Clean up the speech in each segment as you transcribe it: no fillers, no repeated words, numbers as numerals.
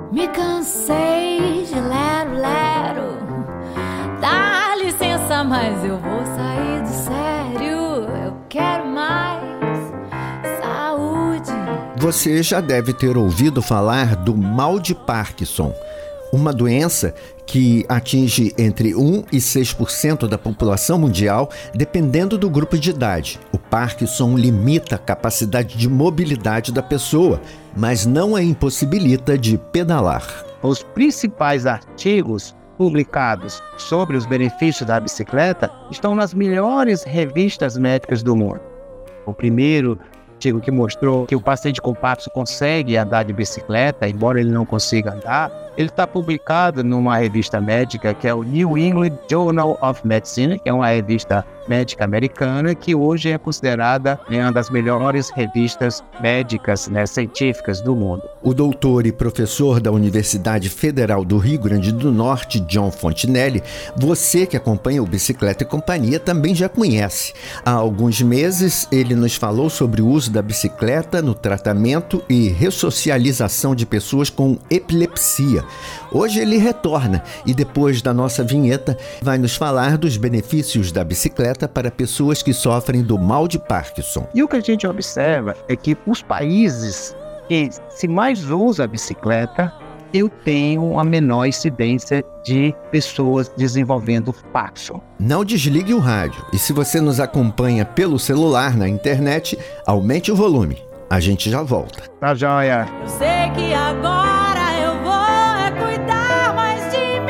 Me cansei de lero. Dá licença, mas eu vou sair do sério. Eu quero mais saúde. Você já deve ter ouvido falar do mal de Parkinson, uma doença que atinge entre 1% e 6% da população mundial, dependendo do grupo de idade. O Parkinson limita a capacidade de mobilidade da pessoa, mas não a impossibilita de pedalar. Os principais artigos publicados sobre os benefícios da bicicleta estão nas melhores revistas médicas do mundo. O primeiro artigo que mostrou que o paciente com Parkinson consegue andar de bicicleta, embora ele não consiga andar, ele está publicado numa revista médica que é o New England Journal of Medicine, que é uma revista médica americana que hoje é considerada uma das melhores revistas médicas, científicas do mundo. O doutor e professor da Universidade Federal do Rio Grande do Norte, John Fontinelli, você que acompanha o Bicicleta e Companhia também já conhece. Há alguns meses ele nos falou sobre o uso da bicicleta no tratamento e ressocialização de pessoas com epilepsia. Hoje ele retorna e depois da nossa vinheta vai nos falar dos benefícios da bicicleta para pessoas que sofrem do mal de Parkinson. E o que a gente observa é que os países que se mais usa a bicicleta, eu tenho uma menor incidência de pessoas desenvolvendo Parkinson. Não desligue o rádio e se você nos acompanha pelo celular na internet, aumente o volume. A gente já volta. Tá joia. Eu sei que agora eu vou cuidar mais de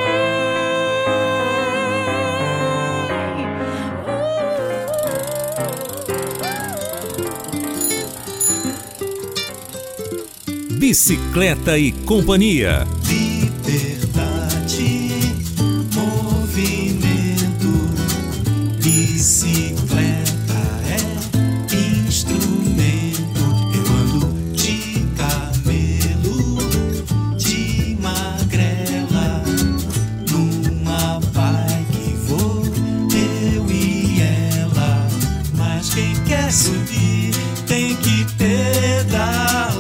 mim. Bicicleta e Companhia. Liberdade, movimento, bicicleta é instrumento. Eu ando de camelo, de magrela, numa bike vou eu e ela. Mas quem quer subir tem que pedalar.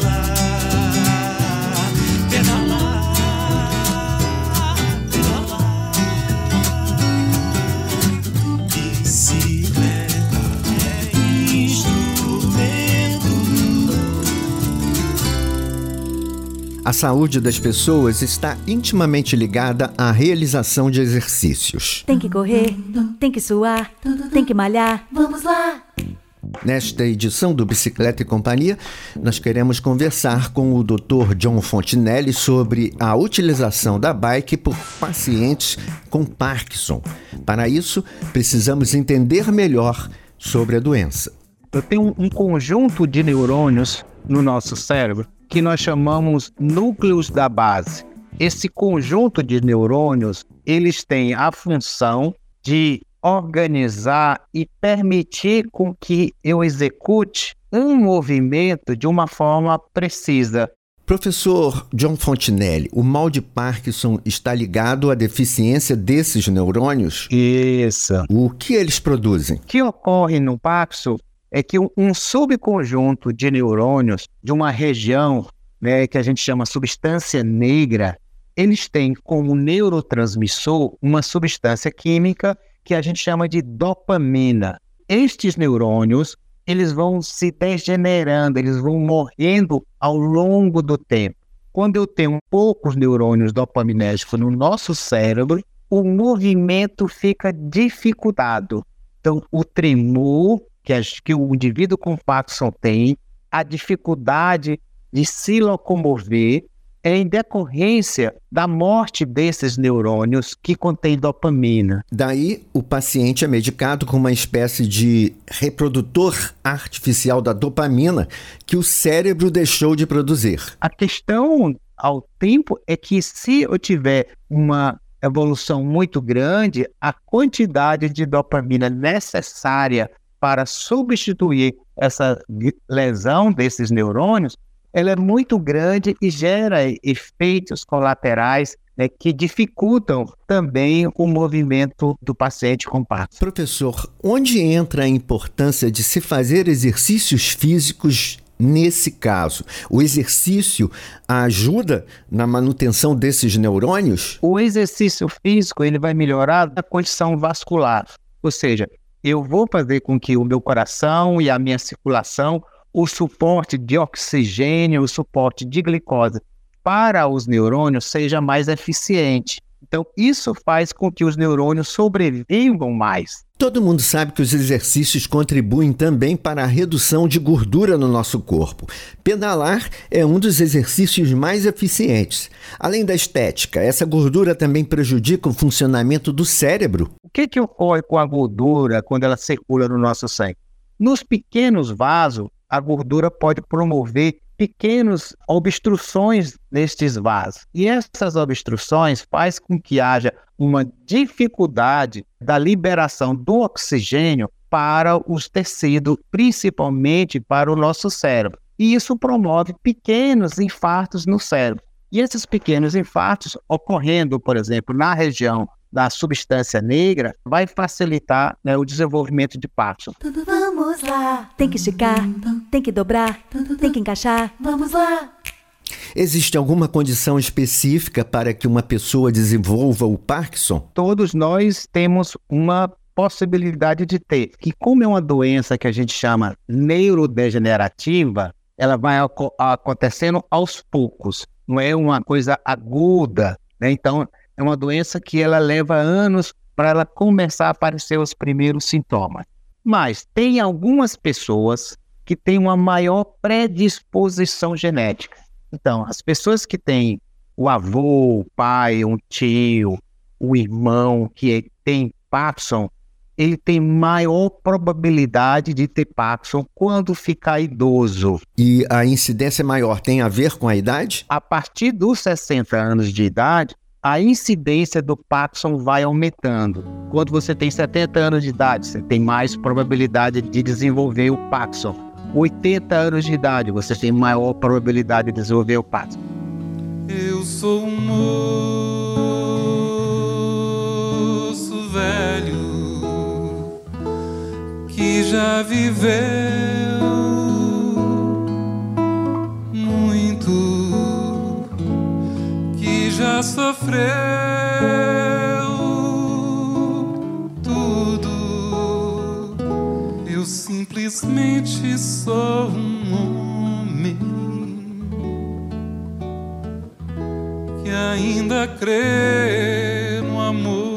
A saúde das pessoas está intimamente ligada à realização de exercícios. Tem que correr, tem que suar, tem que malhar. Vamos lá! Nesta edição do Bicicleta e Companhia, nós queremos conversar com o Dr. John Fontinelli sobre a utilização da bike por pacientes com Parkinson. Para isso, precisamos entender melhor sobre a doença. Eu tenho um conjunto de neurônios no nosso cérebro que nós chamamos núcleos da base. Esse conjunto de neurônios, eles têm a função de organizar e permitir com que eu execute um movimento de uma forma precisa. Professor John Fontinelli, o mal de Parkinson está ligado à deficiência desses neurônios? Isso. O que eles produzem? O que ocorre no Parkinson é que um subconjunto de neurônios de uma região, que a gente chama substância negra, eles têm como neurotransmissor uma substância química que a gente chama de dopamina. Estes neurônios, eles vão se degenerando, eles vão morrendo ao longo do tempo. Quando eu tenho poucos neurônios dopaminérgicos no nosso cérebro, o movimento fica dificultado. Então, o tremor que o indivíduo com Parkinson tem, a dificuldade de se locomover, é em decorrência da morte desses neurônios que contêm dopamina. Daí, o paciente é medicado com uma espécie de reprodutor artificial da dopamina que o cérebro deixou de produzir. A questão ao tempo é que se eu tiver uma evolução muito grande, a quantidade de dopamina necessária para substituir essa lesão desses neurônios, ela é muito grande e gera efeitos colaterais que dificultam também o movimento do paciente com Parkinson. Professor, onde entra a importância de se fazer exercícios físicos Nesse caso, o exercício ajuda na manutenção desses neurônios? O exercício físico ele vai melhorar a condição vascular, ou seja, eu vou fazer com que o meu coração e a minha circulação, o suporte de oxigênio, o suporte de glicose para os neurônios seja mais eficiente. Então, isso faz com que os neurônios sobrevivam mais. Todo mundo sabe que os exercícios contribuem também para a redução de gordura no nosso corpo. Pedalar é um dos exercícios mais eficientes. Além da estética, essa gordura também prejudica o funcionamento do cérebro? O que ocorre com a gordura quando ela circula no nosso sangue? Nos pequenos vasos, a gordura pode promover pequenas obstruções nestes vasos. E essas obstruções fazem com que haja uma dificuldade da liberação do oxigênio para os tecidos, principalmente para o nosso cérebro. E isso promove pequenos infartos no cérebro. E esses pequenos infartos, ocorrendo, por exemplo, na região da substância negra, vai facilitar, o desenvolvimento de Parkinson. Tudo vamos lá. Tem que esticar, tem que dobrar, tem que encaixar. Vamos lá. Existe alguma condição específica para que uma pessoa desenvolva o Parkinson? Todos nós temos uma possibilidade de ter, que como é uma doença que a gente chama neurodegenerativa, ela vai acontecendo aos poucos, não é uma coisa aguda, né? Então, é uma doença que ela leva anos para ela começar a aparecer os primeiros sintomas. Mas tem algumas pessoas que têm uma maior predisposição genética. Então, as pessoas que têm o avô, o pai, um tio, o irmão que tem Parkinson, ele tem maior probabilidade de ter Parkinson quando ficar idoso. E a incidência maior tem a ver com a idade? A partir dos 60 anos de idade, a incidência do Parkinson vai aumentando. Quando você tem 70 anos de idade, você tem mais probabilidade de desenvolver o Parkinson. 80 anos de idade, você tem maior probabilidade de desenvolver o Parkinson. Eu sou um moço velho que já viveu muito, que já sofreu tudo. Eu simplesmente sou um homem que ainda crê no amor.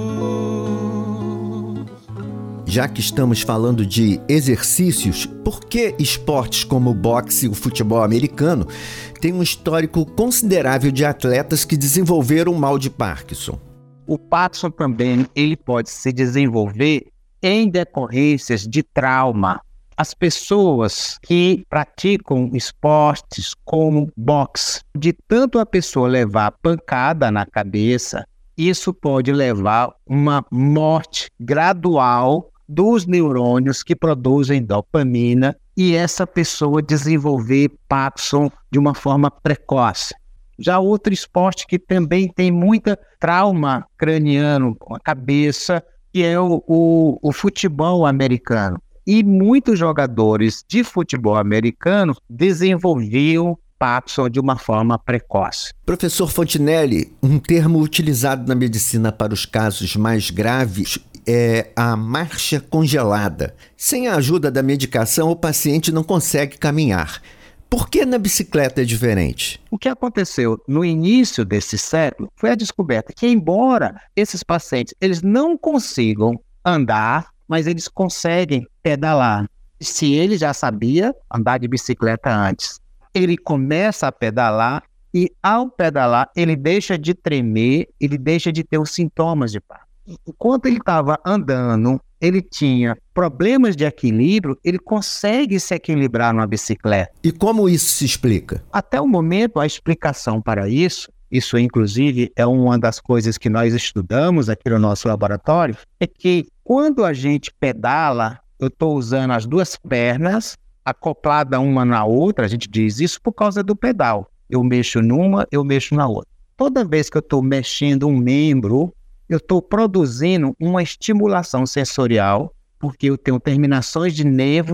Já que estamos falando de exercícios, por que esportes como o boxe e o futebol americano têm um histórico considerável de atletas que desenvolveram o mal de Parkinson? O Parkinson também ele pode se desenvolver em decorrências de trauma. As pessoas que praticam esportes como boxe, de tanto a pessoa levar pancada na cabeça, isso pode levar a uma morte gradual dos neurônios que produzem dopamina e essa pessoa desenvolver Parkinson de uma forma precoce. Já outro esporte que também tem muita trauma craniano com a cabeça, que é o futebol americano. E muitos jogadores de futebol americano desenvolviam Parkinson de uma forma precoce. Professor Fontinelli, um termo utilizado na medicina para os casos mais graves é a marcha congelada. Sem a ajuda da medicação, o paciente não consegue caminhar. Por que na bicicleta é diferente? O que aconteceu no início desse século foi a descoberta que, embora esses pacientes eles não consigam andar, mas eles conseguem pedalar. Se ele já sabia andar de bicicleta antes, ele começa a pedalar e, ao pedalar, ele deixa de tremer, ele deixa de ter os sintomas de Parkinson. Enquanto ele estava andando, ele tinha problemas de equilíbrio, ele consegue se equilibrar numa bicicleta. E como isso se explica? Até o momento, a explicação para isso inclusive é uma das coisas que nós estudamos aqui no nosso laboratório, é que quando a gente pedala, eu estou usando as duas pernas acoplada uma na outra, a gente diz isso por causa do pedal. Eu mexo numa, eu mexo na outra. Toda vez que eu estou mexendo um membro, eu estou produzindo uma estimulação sensorial, porque eu tenho terminações de nervos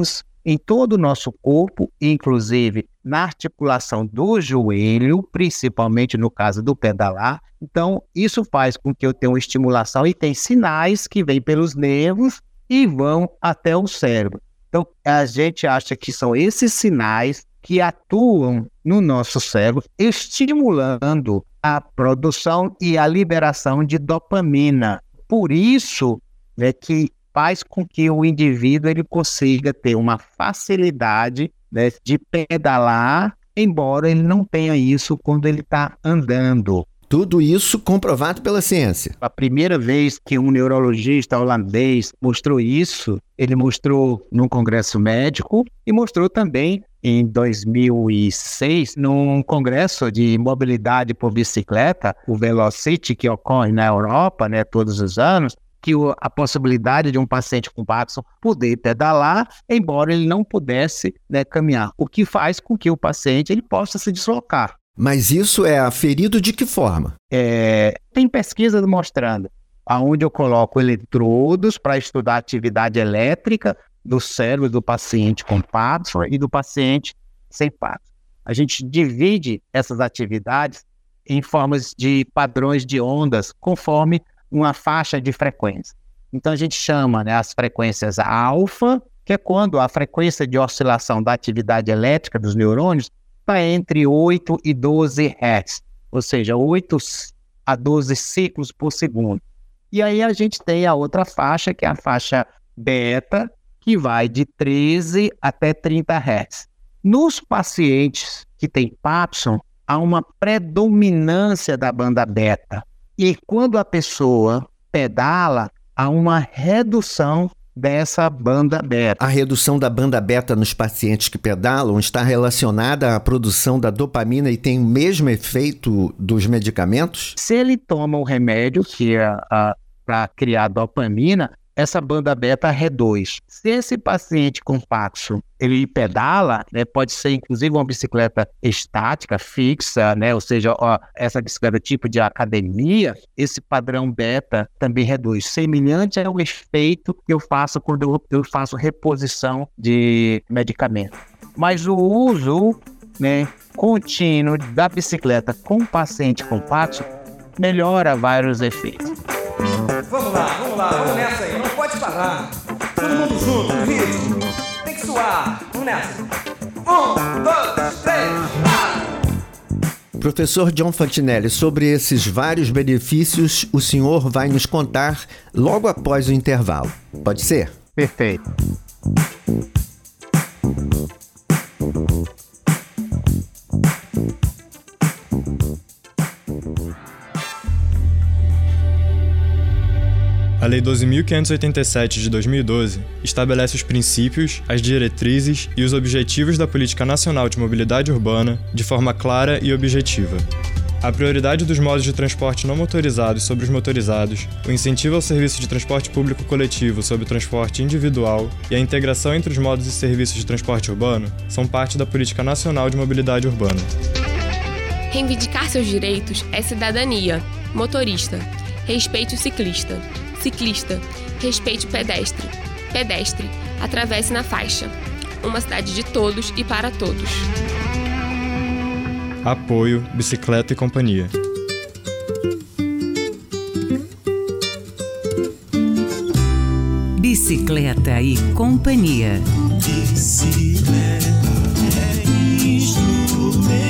em todo o nosso corpo, inclusive na articulação do joelho, principalmente no caso do pedalar. Então, isso faz com que eu tenha uma estimulação e tem sinais que vêm pelos nervos e vão até o cérebro. Então, a gente acha que são esses sinais que atuam no nosso cérebro, estimulando a produção e a liberação de dopamina. Por isso, que faz com que o indivíduo ele consiga ter uma facilidade, de pedalar, embora ele não tenha isso quando ele está andando. Tudo isso comprovado pela ciência. A primeira vez que um neurologista holandês mostrou isso, ele mostrou num congresso médico e mostrou também em 2006, num congresso de mobilidade por bicicleta, o Velocity, que ocorre na Europa, todos os anos, que a possibilidade de um paciente com Parkinson poder pedalar, embora ele não pudesse caminhar, o que faz com que o paciente ele possa se deslocar. Mas isso é aferido de que forma? Tem pesquisa mostrando aonde eu coloco eletrodos para estudar a atividade elétrica do cérebro do paciente com Parkinson e do paciente sem Parkinson. A gente divide essas atividades em formas de padrões de ondas conforme uma faixa de frequência. Então a gente chama as frequências alfa, que é quando a frequência de oscilação da atividade elétrica dos neurônios está entre 8 e 12 Hz, ou seja, 8 a 12 ciclos por segundo. E aí a gente tem a outra faixa, que é a faixa beta, que vai de 13 até 30 Hz. Nos pacientes que têm Parkinson, há uma predominância da banda beta. E quando a pessoa pedala, há uma redução dessa banda beta. A redução da banda beta nos pacientes que pedalam está relacionada à produção da dopamina e tem o mesmo efeito dos medicamentos? Se ele toma um remédio que é para criar dopamina, essa banda beta reduz. Se esse paciente com Parkinson, ele pedala, pode ser inclusive uma bicicleta estática, fixa, ou seja, essa bicicleta tipo de academia, esse padrão beta também reduz. Semelhante ao efeito que eu faço quando eu faço reposição de medicamento. Mas o uso contínuo da bicicleta com paciente com Parkinson melhora vários efeitos. Vamos lá, vamos nessa aí, não pode parar. Todo mundo junto, no ritmo. Tem que suar, vamos nessa. 1, 2, 3, 4. Professor John Fontinelli, sobre esses vários benefícios, o senhor vai nos contar logo após o intervalo. Pode ser? Perfeito. A Lei 12.587 de 2012 estabelece os princípios, as diretrizes e os objetivos da Política Nacional de Mobilidade Urbana de forma clara e objetiva. A prioridade dos modos de transporte não motorizados sobre os motorizados, o incentivo ao serviço de transporte público coletivo sobre o transporte individual e a integração entre os modos e serviços de transporte urbano são parte da Política Nacional de Mobilidade Urbana. Reivindicar seus direitos é cidadania. Motorista, respeite o ciclista. Ciclista, respeite o pedestre. Pedestre, atravesse na faixa. Uma cidade de todos e para todos. Apoio, Bicicleta e Companhia. Bicicleta e Companhia. Bicicleta é instrumento.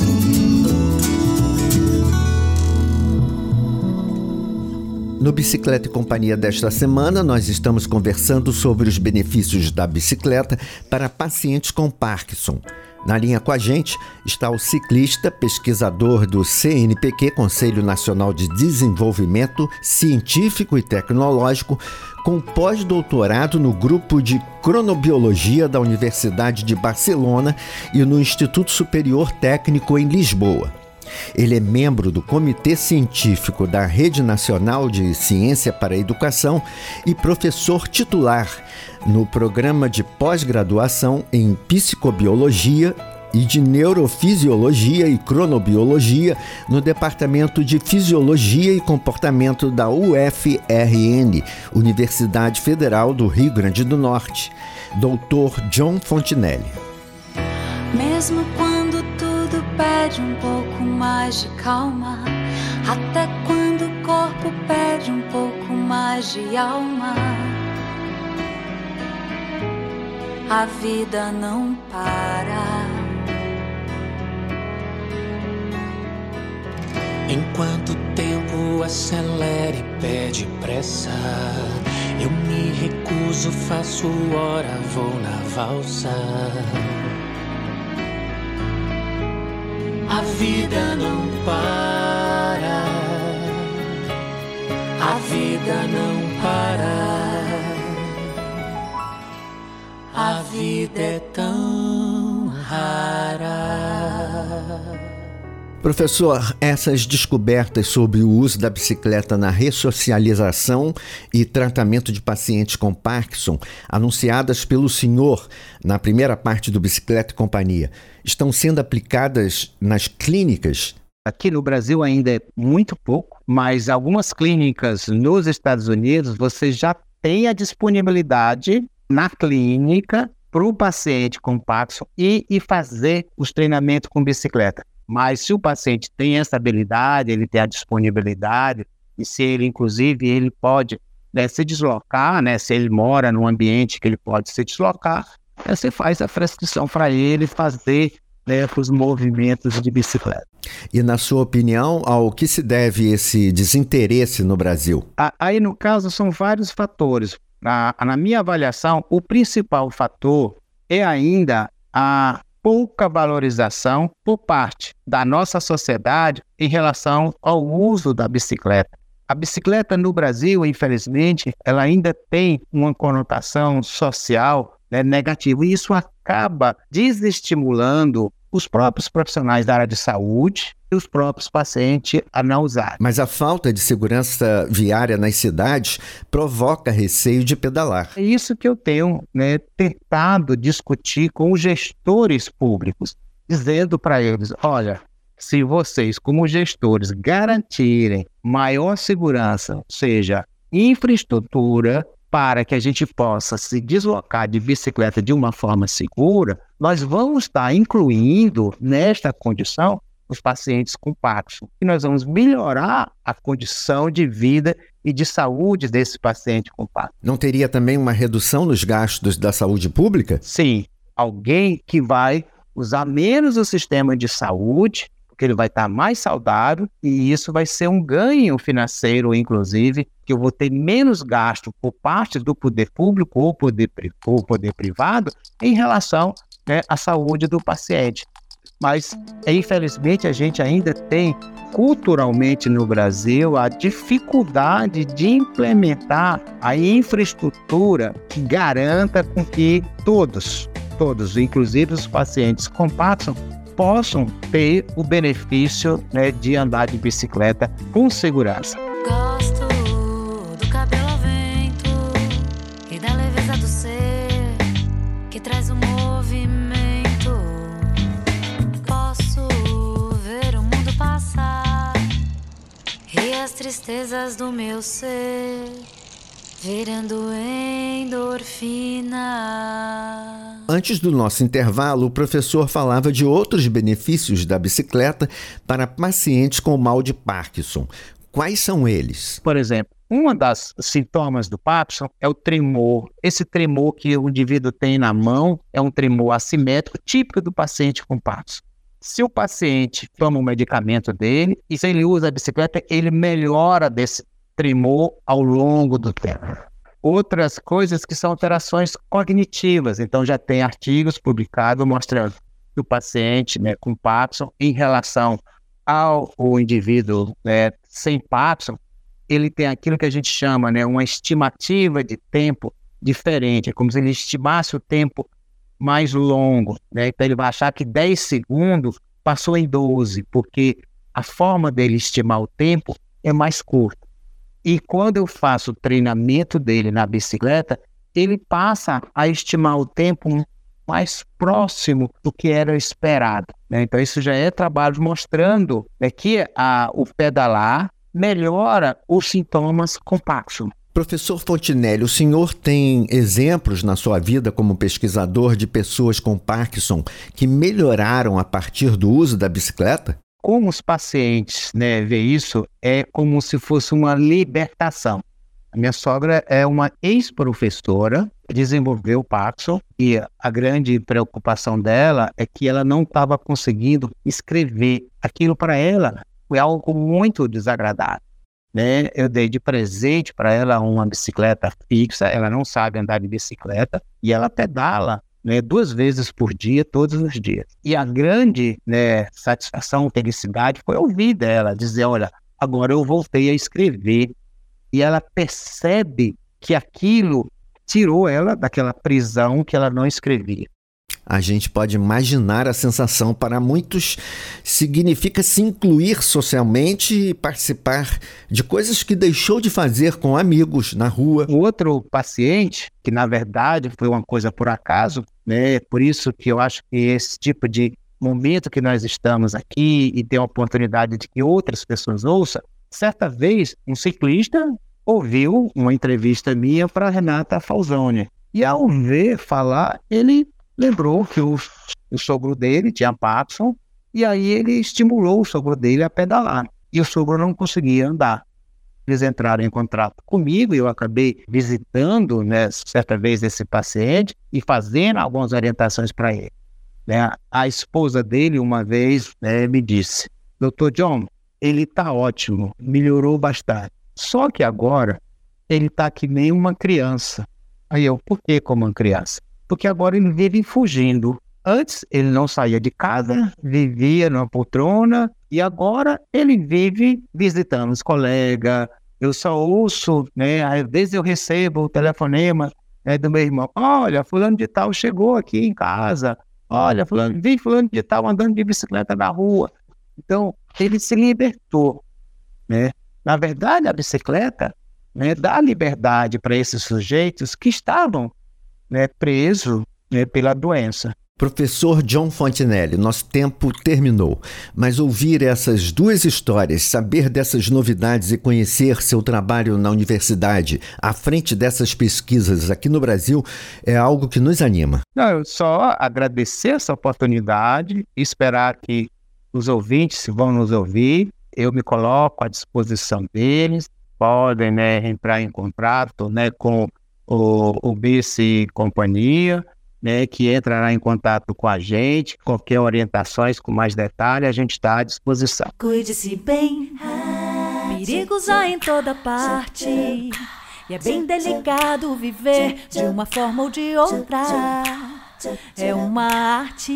No Bicicleta e Companhia desta semana, nós estamos conversando sobre os benefícios da bicicleta para pacientes com Parkinson. Na linha com a gente está o ciclista, pesquisador do CNPq, Conselho Nacional de Desenvolvimento Científico e Tecnológico, com pós-doutorado no grupo de cronobiologia da Universidade de Barcelona e no Instituto Superior Técnico em Lisboa. Ele é membro do Comitê Científico da Rede Nacional de Ciência para a Educação e professor titular no programa de pós-graduação em Psicobiologia e de Neurofisiologia e Cronobiologia no Departamento de Fisiologia e Comportamento da UFRN, Universidade Federal do Rio Grande do Norte. Dr. John Fontinelli. Mesmo quando tudo pede um pouco mais de calma, até quando o corpo pede um pouco mais de alma, a vida não para. Enquanto o tempo acelera e pede pressa, eu me recuso, faço hora, vou na valsa. A vida não para, a vida não para, a vida é tão rara. Professor, essas descobertas sobre o uso da bicicleta na ressocialização e tratamento de pacientes com Parkinson, anunciadas pelo senhor na primeira parte do Bicicleta e Companhia, estão sendo aplicadas nas clínicas? Aqui no Brasil ainda é muito pouco, mas algumas clínicas nos Estados Unidos você já tem a disponibilidade na clínica para o paciente com Parkinson e fazer os treinamentos com bicicleta. Mas se o paciente tem essa habilidade, ele tem a disponibilidade, e se ele, inclusive, ele pode se deslocar, se ele mora num ambiente que ele pode se deslocar, você faz a prescrição para ele fazer os movimentos de bicicleta. E, na sua opinião, ao que se deve esse desinteresse no Brasil? Aí, no caso, são vários fatores. Na minha avaliação, o principal fator é ainda a pouca valorização por parte da nossa sociedade em relação ao uso da bicicleta. A bicicleta no Brasil, infelizmente, ela ainda tem uma conotação social negativa, e isso acaba desestimulando os próprios profissionais da área de saúde e os próprios pacientes a não usar. Mas a falta de segurança viária nas cidades provoca receio de pedalar. É isso que eu tenho tentado discutir com os gestores públicos, dizendo para eles, olha, se vocês como gestores garantirem maior segurança, ou seja, infraestrutura, para que a gente possa se deslocar de bicicleta de uma forma segura, nós vamos estar incluindo nesta condição os pacientes com Parkinson. E nós vamos melhorar a condição de vida e de saúde desse paciente com Parkinson. Não teria também uma redução nos gastos da saúde pública? Sim, alguém que vai usar menos o sistema de saúde, porque ele vai estar mais saudável, e isso vai ser um ganho financeiro, inclusive, que eu vou ter menos gasto por parte do poder público ou poder privado em relação à saúde do paciente. Mas, infelizmente, a gente ainda tem, culturalmente no Brasil, a dificuldade de implementar a infraestrutura que garanta com que todos, inclusive os pacientes com Parkinson, possam ter o benefício de andar de bicicleta com segurança. Gosto do cabelo ao vento e da leveza do ser que traz o movimento. Posso ver o mundo passar e as tristezas do meu ser virando endorfina. Antes do nosso intervalo, o professor falava de outros benefícios da bicicleta para pacientes com mal de Parkinson. Quais são eles? Por exemplo, um dos sintomas do Parkinson é o tremor. Esse tremor que o indivíduo tem na mão é um tremor assimétrico, típico do paciente com Parkinson. Se o paciente toma o medicamento dele e se ele usa a bicicleta, ele melhora desse tremor ao longo do tempo. Outras coisas que são alterações cognitivas. Então, já tem artigos publicados mostrando que o paciente com Parkinson, em relação ao indivíduo sem Parkinson, ele tem aquilo que a gente chama uma estimativa de tempo diferente. É como se ele estimasse o tempo mais longo. Então, ele vai achar que 10 segundos passou em 12, porque a forma dele estimar o tempo é mais curta. E quando eu faço o treinamento dele na bicicleta, ele passa a estimar o tempo mais próximo do que era esperado, né? Então isso já é trabalho mostrando, né, que o pedalar melhora os sintomas com Parkinson. Professor Fontinelli, o senhor tem exemplos na sua vida como pesquisador de pessoas com Parkinson que melhoraram a partir do uso da bicicleta? Como os pacientes, né, veem isso, é como se fosse uma libertação. A minha sogra é uma ex-professora, desenvolveu Parkinson, e a grande preocupação dela é que ela não estava conseguindo escrever. Aquilo para ela foi algo muito desagradável, né? Eu dei de presente para ela uma bicicleta fixa, ela não sabe andar de bicicleta, e ela pedala, né, 2 vezes por dia, todos os dias. E a grande, né, satisfação, felicidade foi ouvir dela dizer, olha, agora eu voltei a escrever. E ela percebe que aquilo tirou ela daquela prisão que ela não escrevia. A gente pode imaginar a sensação. Para muitos significa se incluir socialmente e participar de coisas que deixou de fazer com amigos na rua. O outro paciente, que na verdade foi uma coisa por acaso, né? Por isso que eu acho que esse tipo de momento que nós estamos aqui e ter a oportunidade de que outras pessoas ouçam, certa vez, um ciclista ouviu uma entrevista minha para Renata Falzoni. E ao ver falar, ele lembrou que o sogro dele tinha Parkinson, e aí ele estimulou o sogro dele a pedalar. E o sogro não conseguia andar. Eles entraram em contato comigo e eu acabei visitando, né, certa vez esse paciente e fazendo algumas orientações para ele. Né? A esposa dele, uma vez, né, me disse, Dr. John, ele está ótimo, melhorou bastante. Só que agora ele está que nem uma criança. Aí eu, por que como uma criança? Porque agora ele vive fugindo. Antes ele não saía de casa, vivia numa poltrona, e agora ele vive visitando os colegas. Eu só ouço, né, às vezes eu recebo o telefonema, né, do meu irmão. Olha, fulano de tal chegou aqui em casa. Olha, vi fulano de tal andando de bicicleta na rua. Então, ele se libertou, né? Na verdade, a bicicleta, né, dá liberdade para esses sujeitos que estavam, né, presos, né, pela doença. Professor John Fontinelli, nosso tempo terminou, mas ouvir essas 2 histórias, saber dessas novidades e conhecer seu trabalho na universidade, à frente dessas pesquisas aqui no Brasil, é algo que nos anima. Não, eu só agradecer essa oportunidade, esperar que os ouvintes vão nos ouvir, eu me coloco à disposição deles, podem, né, entrar em contato, né, com o BC Companhia, né, que entrará em contato com a gente, qualquer orientações com mais detalhe, a gente está à disposição. Cuide-se bem, perigos há em toda parte, e é bem delicado viver de uma forma ou de outra. É uma arte,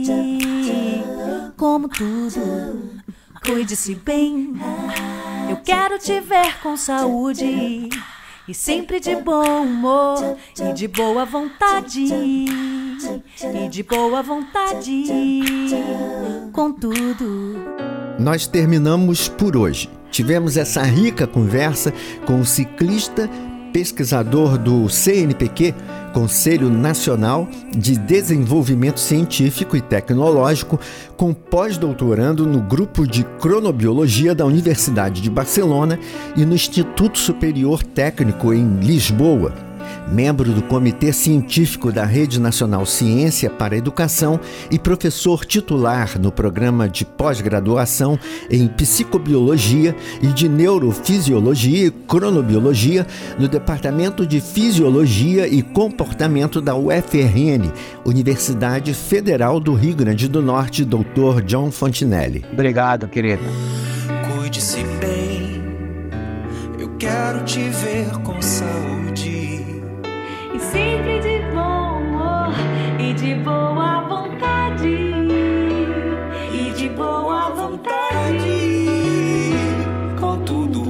como tudo, cuide-se bem. Eu quero te ver com saúde e sempre de bom humor e de boa vontade, e de boa vontade, com tudo. Nós terminamos por hoje. Tivemos essa rica conversa com o ciclista, pesquisador do CNPq, Conselho Nacional de Desenvolvimento Científico e Tecnológico, com pós-doutorando no Grupo de Cronobiologia da Universidade de Barcelona e no Instituto Superior Técnico em Lisboa. Membro do Comitê Científico da Rede Nacional Ciência para a Educação e professor titular no programa de pós-graduação em Psicobiologia e de Neurofisiologia e Cronobiologia no Departamento de Fisiologia e Comportamento da UFRN, Universidade Federal do Rio Grande do Norte, Dr. John Fontinelli. Obrigado, querido. Cuide-se bem, eu quero te ver com saúde. E sempre de bom humor e de boa vontade, e de boa vontade, com tudo.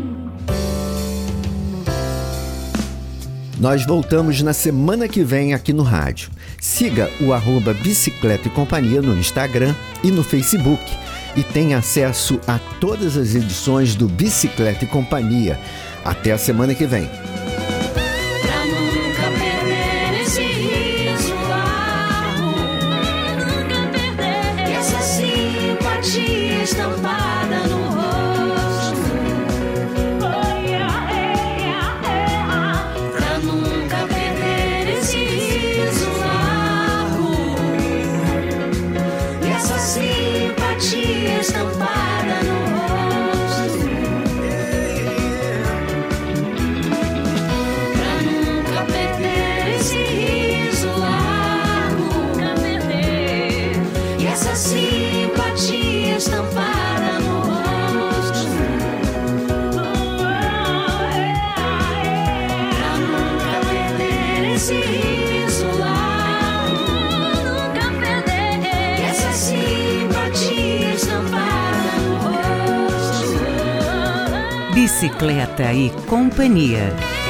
Nós voltamos na semana que vem aqui no rádio. Siga o @Bicicleta e Companhia no Instagram e no Facebook e tenha acesso a todas as edições do Bicicleta e Companhia. Até a semana que vem. pra nunca perder esse riso. Bicicleta e Companhia.